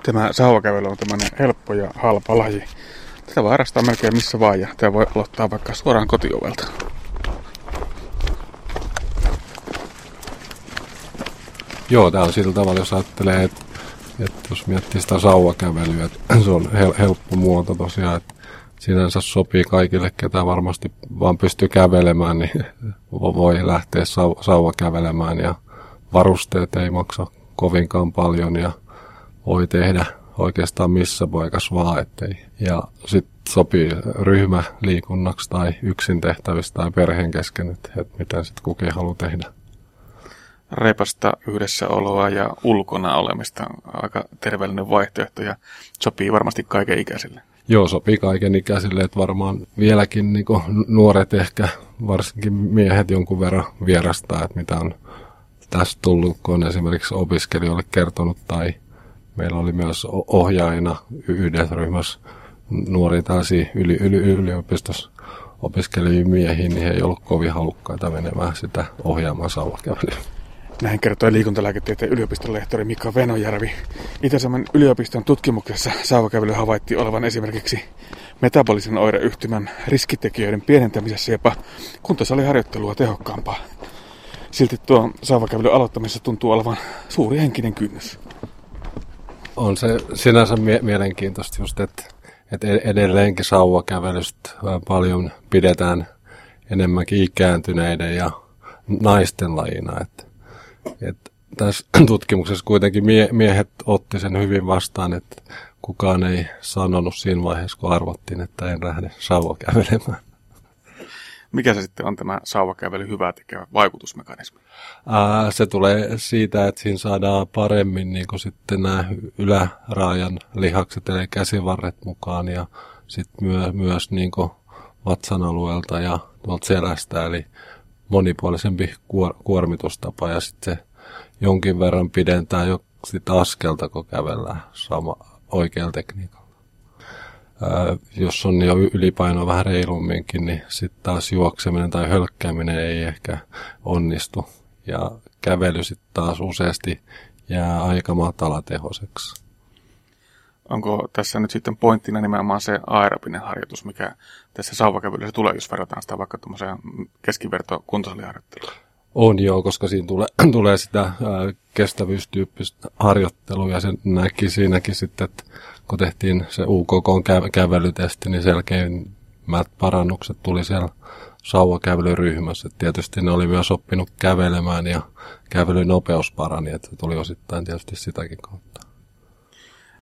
Tämä sauvakävely on tämmöinen helppo ja halpa laji. Tätä voi harrastaa melkein missä vaan ja tämä voi aloittaa vaikka suoraan kotiovelta. Joo, tämä on sillä tavalla, jos ajattelee, että jos miettii sitä sauvakävelyä, että se on helppo muoto tosiaan, että sinänsä sopii kaikille, ketä varmasti vaan pystyy kävelemään, niin voi lähteä sauvakävelemään ja varusteet ei maksa kovinkaan paljon ja voi tehdä oikeastaan missä paikassa vaan, ettei. Ja sitten sopii ryhmäliikunnaksi tai yksin tehtävistä tai perheen kesken, että miten sitten kukin haluaa tehdä. Repasta yhdessäoloa ja ulkona olemista aika terveellinen vaihtoehto ja sopii varmasti kaiken ikäisille. Joo, sopii kaiken ikäisille, että varmaan vieläkin niin nuoret ehkä, varsinkin miehet jonkun verran vierastaa, että mitä on tästä tullut, kun on esimerkiksi opiskelijoille kertonut tai meillä oli myös ohjaajina yhdessä ryhmässä nuoria tällaisia yliopistossa opiskelijia miehiä, niin he ei ollut kovin halukkaita menemään sitä ohjaamaan sauvakävelyä. Näin kertoi liikuntalääketieteen yliopiston lehtori Mika Venojärvi. Itä-Suomen yliopiston tutkimuksessa sauvakävely havaittiin olevan esimerkiksi metabolisen oireyhtymän riskitekijöiden pienentämisessä jopa kuntosaliharjoittelua tehokkaampaa. Silti tuo sauvakävelyn aloittamisessa tuntuu olevan suuri henkinen kynnys. On se sinänsä mielenkiintoista just, että edelleenkin sauvakävelystä paljon pidetään enemmänkin ikääntyneiden ja naisten lajina. Että tässä tutkimuksessa kuitenkin miehet otti sen hyvin vastaan, että kukaan ei sanonut siinä vaiheessa, kun arvottiin, että en lähde sauvakävelemään. Mikä se sitten on tämä sauvakävely hyvää tekevä vaikutusmekanismi? Se tulee siitä, että siinä saadaan paremmin niin kuin sitten nämä yläraajan lihakset eli käsivarret mukaan ja sitten myös niin kuin vatsan alueelta ja tuolta selästä, eli monipuolisempi kuormitustapa ja sitten se jonkin verran pidentää jo sitä askelta, kun kävellään oikealla tekniikalla. Jos on jo ylipainoa vähän reilumminkin, niin sitten taas juokseminen tai hölkkääminen ei ehkä onnistu. Ja kävely sitten taas useasti jää aika matalatehoiseksi. Onko tässä nyt sitten pointtina nimenomaan se aerobinen harjoitus, mikä tässä sauvakävelyssä tulee, jos verrataan sitä vaikka tuommoiseen keskiverto-kuntosaliharjoitteluun? On joo, koska siinä tulee sitä kestävyystyyppistä harjoittelua ja se näki siinäkin sitten, että kun tehtiin se UKK-kävelytesti, niin selkeimmät parannukset tuli siellä sauvakävelyryhmässä. Et tietysti ne oli myös oppinut kävelemään ja kävelynopeus parani, että se tuli osittain tietysti sitäkin kautta.